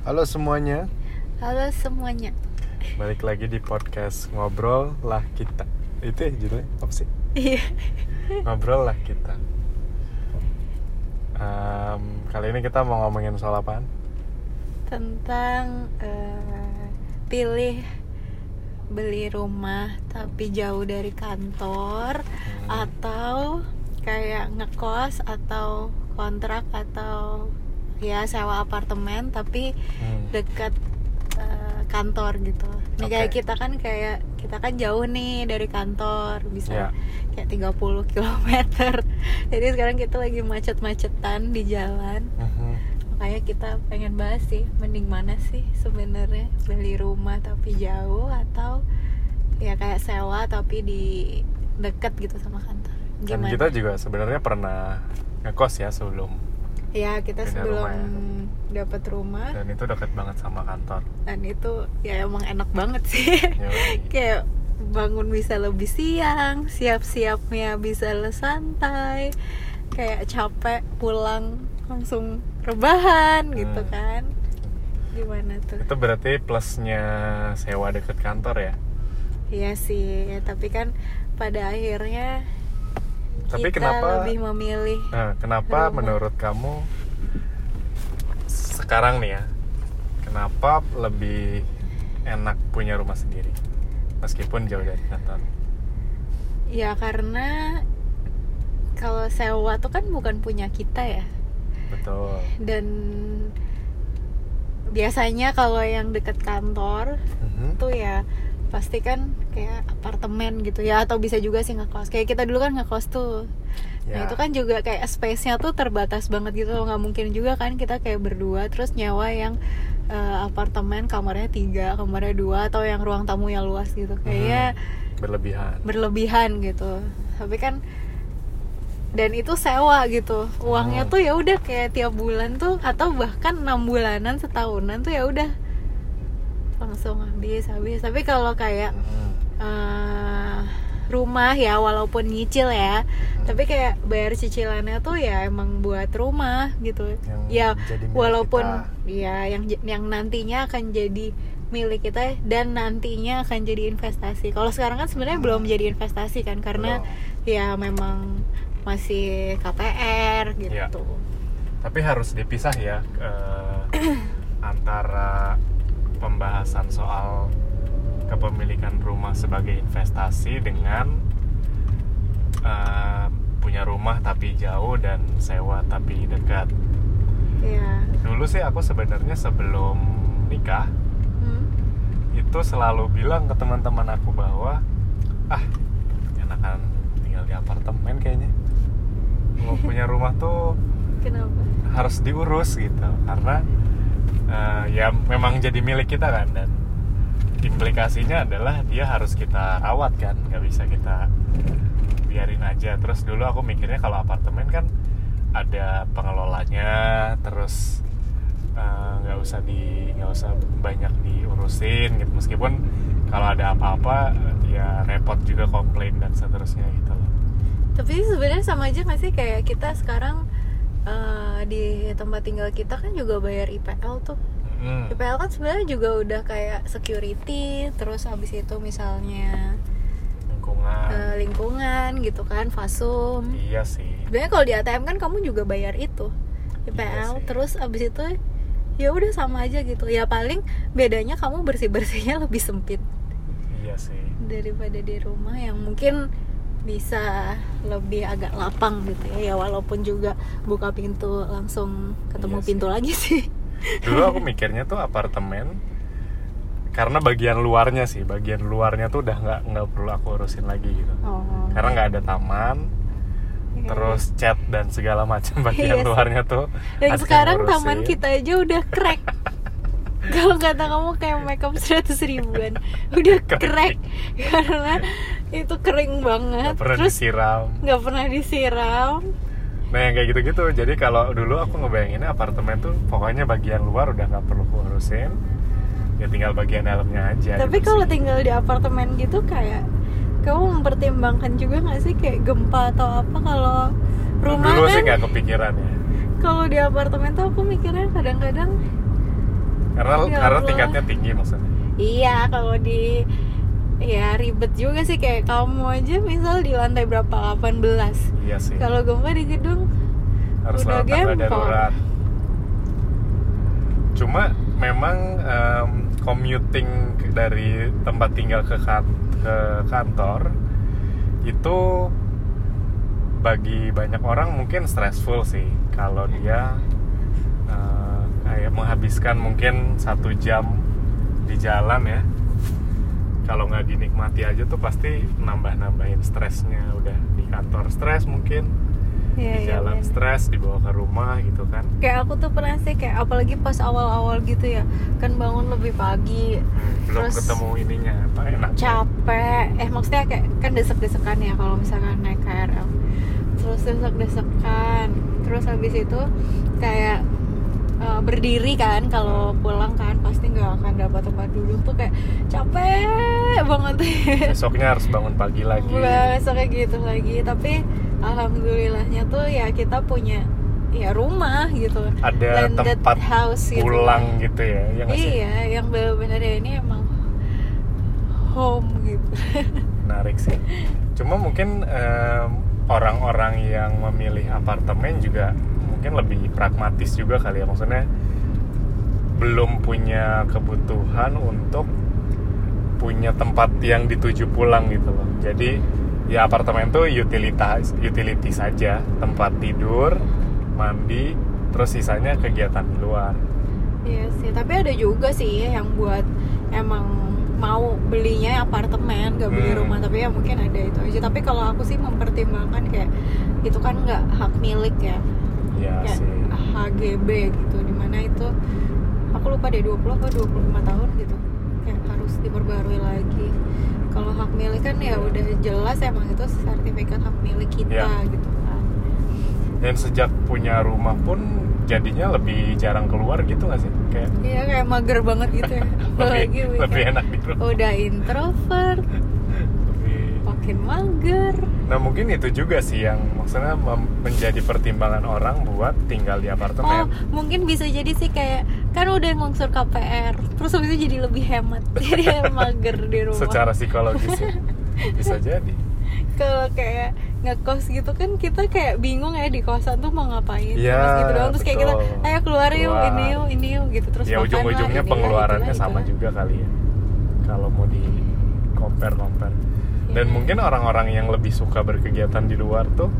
Halo semuanya, Halo semuanya. balik lagi di podcast Ngobrol lah kita. Itu ya judulnya apa sih? Iya. Ngobrol lah kita. Kali ini kita mau ngomongin soal apaan? Tentang pilih beli rumah tapi jauh dari kantor, atau kayak ngekos atau kontrak atau ya sewa apartemen tapi dekat kantor gitu. Ini kayak kita kan jauh nih dari kantor, bisa kayak 30 km. Jadi sekarang kita lagi macet-macetan di jalan. Makanya kita pengen bahas sih, mending mana sih sebenarnya, beli rumah tapi jauh atau ya kayak sewa tapi di dekat gitu sama kantor. Gimana? Dan kita juga sebenarnya pernah ngekos ya sebelum. Ya, kita sebelum dapat rumah. Dan itu dekat banget sama kantor. Dan itu ya emang enak banget sih. Kayak bangun bisa lebih siang, siap-siapnya bisa santai, kayak capek pulang langsung rebahan gitu kan. Gimana tuh? Itu berarti plusnya sewa dekat kantor ya? Iya sih, ya, tapi kan pada akhirnya kita lebih memilih. Kenapa rumah. Menurut kamu sekarang nih ya, kenapa lebih enak punya rumah sendiri meskipun jauh dari kantor? Ya karena kalau sewa tuh kan bukan punya kita ya. Betul. Dan biasanya kalau yang dekat kantor tuh ya pasti kan kayak apartemen gitu ya, atau bisa juga sih ngekos. Kayak kita dulu kan ngekos tuh. Nah itu kan juga kayak space-nya tuh terbatas banget gitu. Nggak mungkin juga kan kita kayak berdua terus nyewa yang apartemen kamarnya 3, kamarnya 2, atau yang ruang tamunya luas gitu. Kayaknya berlebihan gitu. Tapi kan, dan itu sewa gitu, uangnya tuh ya udah kayak tiap bulan tuh, atau bahkan 6 bulanan, setahunan tuh ya udah langsung habis. Tapi kalau kayak rumah ya, walaupun nyicil ya, tapi kayak bayar cicilannya tuh ya emang buat rumah gitu ya, walaupun kita. Ya yang nantinya akan jadi milik kita dan nantinya akan jadi investasi. Kalau sekarang kan sebenarnya belum jadi investasi kan, karena ya memang masih KPR gitu ya. Tapi harus dipisah ya antara pembahasan soal kepemilikan rumah sebagai investasi dengan punya rumah tapi jauh dan sewa tapi dekat. Dulu sih aku sebenarnya sebelum nikah itu selalu bilang ke teman-teman aku bahwa enakan tinggal di apartemen kayaknya. Mau punya rumah tuh kenapa? Harus diurus gitu, karena ya memang jadi milik kita kan, dan implikasinya adalah dia harus kita rawat kan, nggak bisa kita biarin aja. Terus dulu aku mikirnya kalau apartemen kan ada pengelolanya, terus nggak usah banyak diurusin gitu, meskipun kalau ada apa-apa ya repot juga komplain dan seterusnya gitu loh. Tapi sebenarnya sama aja nggak sih, kayak kita sekarang di tempat tinggal kita kan juga bayar IPL tuh. IPL kan sebenarnya juga udah kayak security, terus habis itu misalnya lingkungan gitu kan, Fasum. Iya sih. Sebenarnya kalau di ATM kan kamu juga bayar itu IPL, terus habis itu ya udah sama aja gitu. Ya paling bedanya kamu bersih-bersihnya lebih sempit. Iya sih. Daripada di rumah yang mungkin bisa lebih agak lapang gitu ya. Ya walaupun juga buka pintu langsung ketemu pintu lagi sih. Dulu aku mikirnya tuh apartemen karena bagian luarnya tuh udah nggak perlu aku urusin lagi gitu. Karena nggak ada taman, terus cat dan segala macam bagian luarnya tuh. Dan sekarang taman kita aja udah crack. Kalau kata kamu kayak makeup 100.000-an udah crack karena itu kering banget. Nggak pernah disiram. Nah yang kayak gitu-gitu. Jadi kalau dulu aku ngebayanginnya apartemen tuh pokoknya bagian luar udah nggak perlu urusin, ya tinggal bagian dalamnya aja. Tapi kalau tinggal di apartemen gitu, kayak kamu mempertimbangkan juga nggak sih kayak gempa atau apa? Kalau rumah dulu kan sih nggak kepikiran ya. Kalau di apartemen tuh aku mikirnya kadang-kadang Ya karena Allah. tingkatnya tinggi maksudnya. Iya, kalau di ya ribet juga sih, kayak kamu aja misal di lantai berapa, 18. Iya sih. Kalau gue mah di gedung Harus udah lewat tangga gempor. darurat. Cuma memang commuting dari tempat tinggal ke kantor itu bagi banyak orang mungkin stressful sih kalau dia kayak menghabiskan mungkin 1 jam di jalan ya. Kalau nggak dinikmati aja tuh pasti nambahin stresnya. Udah di kantor stres mungkin, Iya, di jalan bener. stres, dibawa ke rumah gitu kan. Kayak aku tuh pernah sih, kayak apalagi pas awal-awal gitu ya, kan bangun lebih pagi, Belum terus ketemu ininya apa enak. capek, maksudnya kayak kan desek-desekan ya kalau misalkan naik KRL, terus desek-desekan, terus habis itu kayak berdiri kan, kalau pulang kan pasti nggak akan dapat tempat duduk, tuh kayak capek banget. Besoknya harus bangun pagi lagi. Besoknya gitu lagi, tapi alhamdulillahnya tuh ya kita punya ya rumah gitu, Ada landed tempat house gitu. pulang gitu ya, ya nggak sih? Iya, yang benar-benar ya ini emang home gitu. Menarik sih. Cuma mungkin orang-orang yang memilih apartemen juga mungkin lebih pragmatis juga kali ya. Maksudnya belum punya kebutuhan untuk punya tempat yang dituju pulang gitu loh. Jadi ya apartemen tuh utility saja, tempat tidur, mandi, terus sisanya kegiatan di luar. Iya sih, tapi ada juga sih yang buat emang mau belinya apartemen, gak beli rumah, tapi ya mungkin ada itu aja. Tapi kalau aku sih mempertimbangkan kayak itu kan nggak hak milik ya, Ya kayak sih. HGB gitu, dimana itu aku lupa deh 20 apa 25 tahun gitu, kayak harus diperbarui lagi. Kalau hak milik kan ya udah jelas emang itu sertifikat hak milik kita gitu kan. Dan sejak punya rumah pun jadinya lebih jarang keluar gitu nggak sih? Kayak Iya, kayak mager banget gitu ya. Apalagi lebih enak di rumah. udah introvert, makin mager. Nah mungkin itu juga sih yang maksudnya menjadi pertimbangan orang buat tinggal di Oh, apartemen. mungkin bisa jadi sih kayak kan udah ngungsur KPR, terus habis itu jadi lebih hemat, jadi mager di rumah. Secara psikologis ya. Bisa jadi. Kalau kayak ngekos gitu kan kita kayak bingung ya di kosan tuh mau ngapain, Iya, terus gitu doang, terus kayak kita betul. ayo keluar yuk, Keluar. ini yuk gitu, terus Ya makan lah, ujung-ujungnya inilah, pengeluarannya itulah, sama itulah. juga kali ya. Kalau mau di compare. Dan Iya. mungkin orang-orang yang lebih suka berkegiatan di luar tuh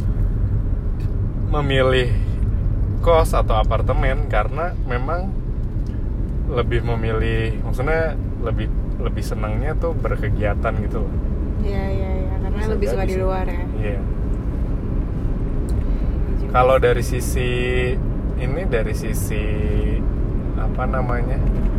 memilih kos atau apartemen karena memang lebih memilih, maksudnya lebih senangnya tuh berkegiatan gitu loh. Iya, karena Bisa lebih suka jadi di sih. luar ya. Iya. Kalau dari sisi ini, dari sisi apa namanya,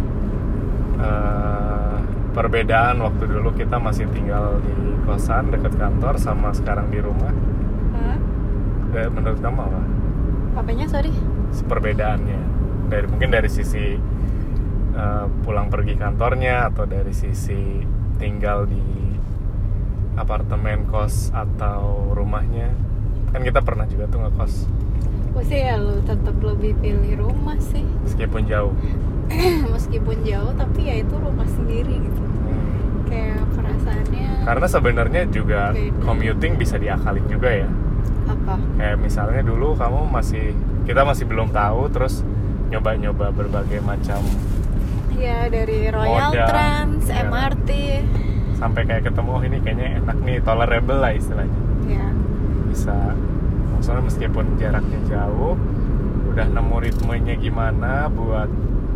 perbedaan waktu dulu kita masih tinggal di kosan dekat kantor sama sekarang di rumah, Hah? menurut kamu apa Apanya, sorry? perbedaannya? Mungkin dari sisi pulang pergi kantornya, atau dari sisi tinggal di apartemen, kos, atau rumahnya. Kan kita pernah juga tuh ngekos Aku sih ya lu tetap lebih pilih rumah sih. meskipun jauh. Meskipun jauh, tapi ya itu rumah sendiri gitu. Kayak perasaannya Karena sebenarnya juga beda. commuting bisa diakalin juga ya. Apa? Kayak misalnya dulu kita masih belum tahu, terus nyoba-nyoba berbagai macam, Ya dari Royal Moda, Trans, ya. MRT. sampai kayak ketemu ini kayaknya enak nih, tolerable lah istilahnya. Ya. Bisa, maksudnya meskipun jaraknya jauh, udah nemu ritmenya gimana buat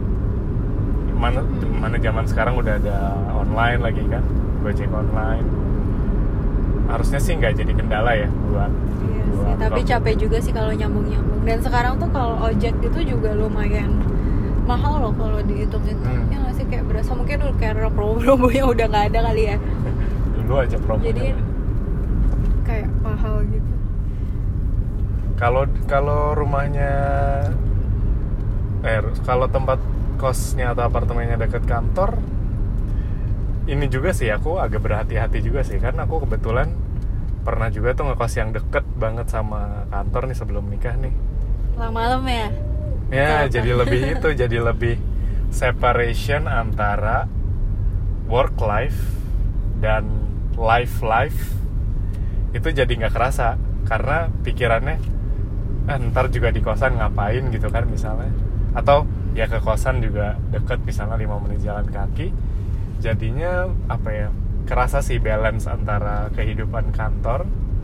mana zaman sekarang udah ada online lagi kan, Gojek online. Harusnya sih nggak jadi kendala ya buat Iya sih, tapi capek juga sih kalau nyambung-nyambung. Dan sekarang tuh kalau ojek gitu juga lumayan mahal loh kalau dihitung-hitung. Ya nggak sih, kayak berasa mungkin karena promo-promonya udah nggak ada kali ya. dulu aja promonya. Jadi kayak mahal gitu. Kalau rumahnya kalau tempat kosnya atau apartemennya dekat kantor, ini juga sih aku agak berhati-hati juga sih, karena aku kebetulan pernah juga tuh ngekos yang deket banget sama kantor nih sebelum nikah nih. Malam-malam ya. Ya, Kenapa? jadi lebih separation antara work life dan life itu jadi nggak kerasa karena pikirannya ntar juga di kosan ngapain gitu kan misalnya, atau ya ke kosan juga deket misalnya 5 menit jalan kaki. Jadinya apa ya, kerasa sih balance antara kehidupan kantor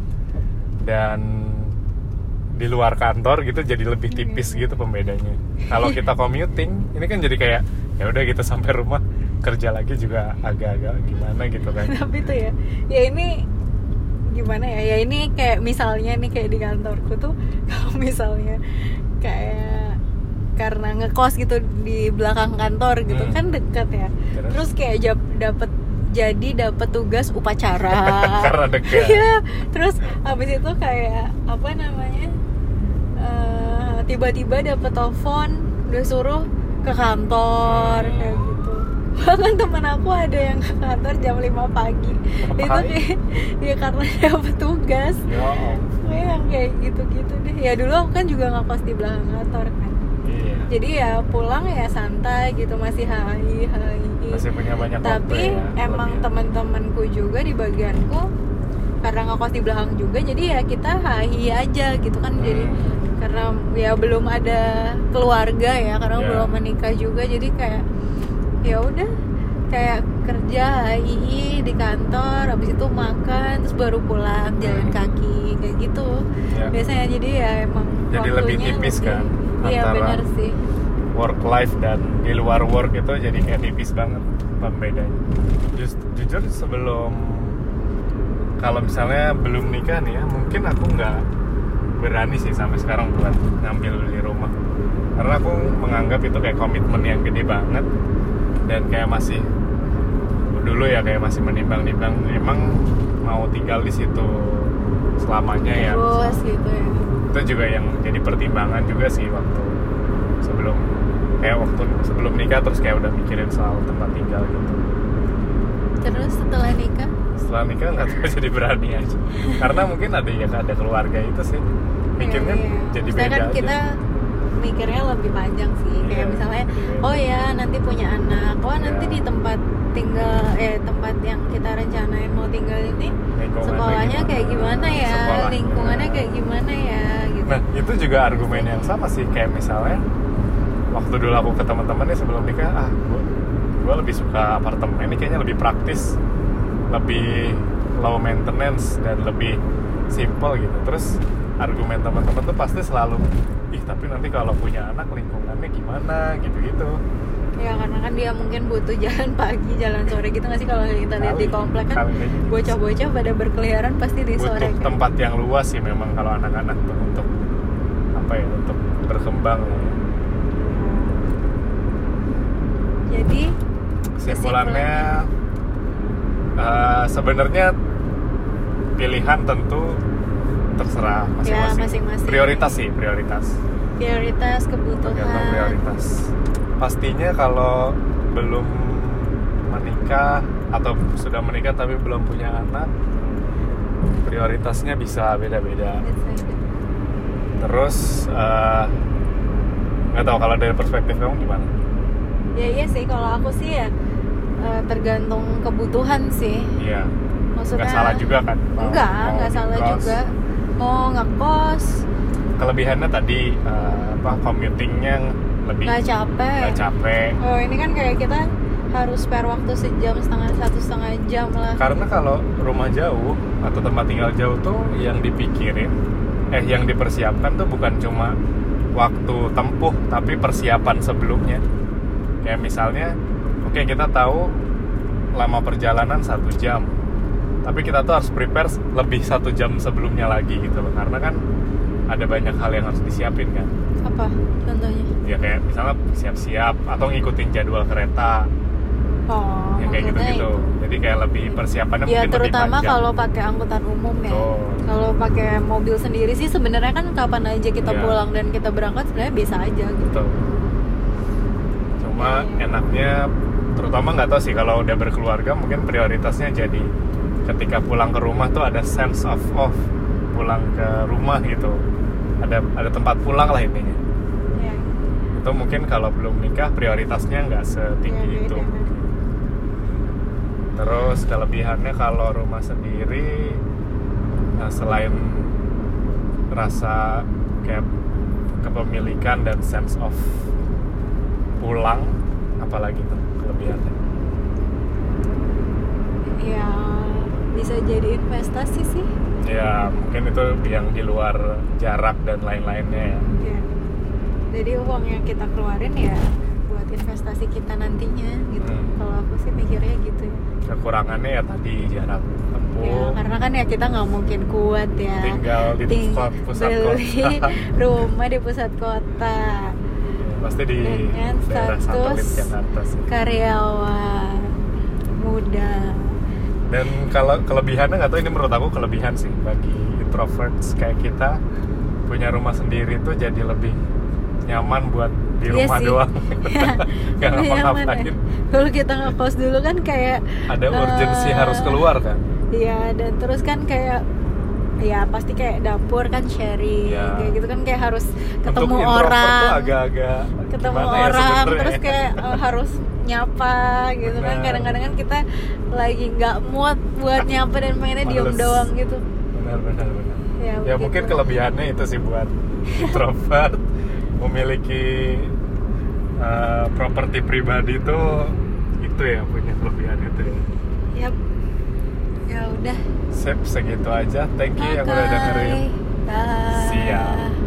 dan di luar kantor gitu, jadi lebih tipis gitu pembedanya. Kalau kita commuting ini kan jadi kayak ya udah gitu sampai rumah, kerja lagi juga agak-agak gimana gitu kan. Tapi tuh ya ini gimana ya ini kayak misalnya nih kayak di kantorku tuh kalau misalnya kayak karena ngekos gitu di belakang kantor gitu kan dekat ya, terus kayak dapat tugas upacara karena dekat. Iya, terus habis itu kayak apa namanya tiba-tiba dapat telepon udah suruh ke kantor kayak gitu. Bahkan temen aku ada yang ke kantor jam 5 pagi. Itu kayak ya karena dapat tugas. Yang kayak gitu-gitu deh. Ya dulu aku kan juga ngekos di belakang kantor kan. Iya. Jadi ya pulang ya santai gitu, masih hai. Masih punya banyak waktu. Tapi ya, emang teman-temanku juga di bagianku karena ngekos di belakang juga, jadi ya kita hai aja gitu kan. Jadi karena ya belum ada keluarga ya, karena belum menikah juga, jadi kayak ya udah kayak kerja hai di kantor, habis itu makan terus baru pulang jalan kaki kayak gitu biasanya. Jadi ya emang jadi lebih tipis kan iya benar sih, work life dan di luar work itu jadi kayak tipis banget pembedanya. Jujur sebelum, kalau misalnya belum nikah nih ya, mungkin aku nggak berani sih sampai sekarang buat ngambil beli rumah, karena aku menganggap itu kayak komitmen yang gede banget. Dan kayak masih dulu ya kayak masih menimbang-nimbang emang mau tinggal di situ selamanya ya. Terus gitu ya. Itu juga yang jadi pertimbangan juga sih waktu sebelum nikah, terus kayak udah mikirin soal tempat tinggal gitu. Terus setelah nikah? Setelah nikah nggak tahu, jadi berani aja. Karena mungkin ada keluarga itu sih. Mikirnya jadi beda kan aja. Kita mikirnya lebih panjang sih, kayak misalnya oh ya nanti punya anak, nanti di tempat tinggal tempat yang kita rencanain mau tinggal ini sekolahnya kayak gimana ya, lingkungannya kayak gimana ya gitu. Nah itu juga argumen yang sama sih, kayak misalnya waktu dulu aku ke teman-teman sebelum nikah, gue lebih suka apartemen, ini kayaknya lebih praktis, lebih low maintenance dan lebih simple gitu. Terus argumen teman-teman tuh pasti selalu, tapi nanti kalau punya anak lingkungannya gimana gitu-gitu. Ya karena kan dia mungkin butuh jalan pagi, jalan sore gitu nggak sih, kalau kita lihat di komplek kan bocah-bocah pada berkeliaran pasti di sore. Butuh tempat yang luas sih memang kalau anak-anak tuh untuk apa ya, untuk berkembang lah ya. Jadi kesimpulannya sebenarnya pilihan tentu terserah masing-masing. Prioritas kebutuhan. Tergantung prioritas. Pastinya kalau belum menikah atau sudah menikah tapi belum punya anak, prioritasnya bisa beda-beda. Terus nggak tahu kalau dari perspektif kamu gimana? Ya iya sih, kalau aku sih ya tergantung kebutuhan sih. Iya. Maksudnya nggak salah juga kan? Nggak salah juga. Mau ngekos. Kelebihannya tadi commutingnya lebih nggak capek. Oh ini kan kayak kita harus spare waktu satu setengah jam lah. Karena kalau rumah jauh atau tempat tinggal jauh tuh yang yang dipersiapkan tuh bukan cuma waktu tempuh, tapi persiapan sebelumnya. Kayak misalnya, kita tahu lama perjalanan 1 jam, tapi kita tuh harus prepare lebih 1 jam sebelumnya lagi gitu loh, karena kan ada banyak hal yang harus disiapin kan. Apa contohnya? Ya kayak misalnya siap-siap atau ngikutin jadwal kereta. Yang kayak gitu-gitu. Jadi kayak lebih persiapannya mungkin lebih panjang. Ya terutama kalau pakai angkutan umum ya. Kalau pakai mobil sendiri sih sebenarnya kan kapan aja kita pulang dan kita berangkat sebenarnya biasa aja gitu. Cuma enaknya, terutama nggak tahu sih kalau udah berkeluarga, mungkin prioritasnya jadi ketika pulang ke rumah tuh ada sense of pulang ke rumah gitu. Ada tempat pulang lah intinya. atau mungkin kalau belum nikah prioritasnya nggak setinggi Ya, itu. beda. Terus kelebihannya kalau rumah sendiri, nah, selain rasa kayak kepemilikan dan sense of pulang, apalagi tuh kelebihannya? Ya bisa jadi investasi sih. Ya mungkin itu yang di luar jarak dan lain-lainnya ya. Ya. Jadi uang yang kita keluarin ya buat investasi kita nantinya gitu. Kalau aku sih mikirnya gitu ya. Kekurangannya ya tadi jarak Ya, tempuh, karena kan ya kita nggak mungkin kuat ya tinggal di pusat beli kota. rumah di pusat kota Pasti di dengan daerah satelit status Jakarta sih. karyawan muda. Dan kalau kelebihannya nggak tahu, ini menurut aku kelebihan sih bagi introverts kayak kita, punya rumah sendiri tuh jadi lebih nyaman buat di Iya rumah sih. doang. Nggak Lebih nyaman ngapa-ngapain. ya. Kalau kita ngekos dulu kan kayak Ada urgensi harus keluar kan. Iya, dan terus kan kayak ya pasti kayak dapur kan sharing Ya. kayak gitu kan, kayak harus ketemu Untuk introvert tuh orang, agak-agak ketemu gimana ya orang sebenarnya. terus kayak harus nyapa gitu kan. Benar. Kadang-kadang kan kita lagi nggak mood buat nyapa dan pengennya diem Males. doang gitu benar. ya, Ya begitu. mungkin kelebihannya itu sih buat introvert memiliki properti pribadi itu ya, punya kelebihan itu ya. Yap. Ya udah. Sip, segitu aja. Thank you yang udah dengerin. Bye. See ya.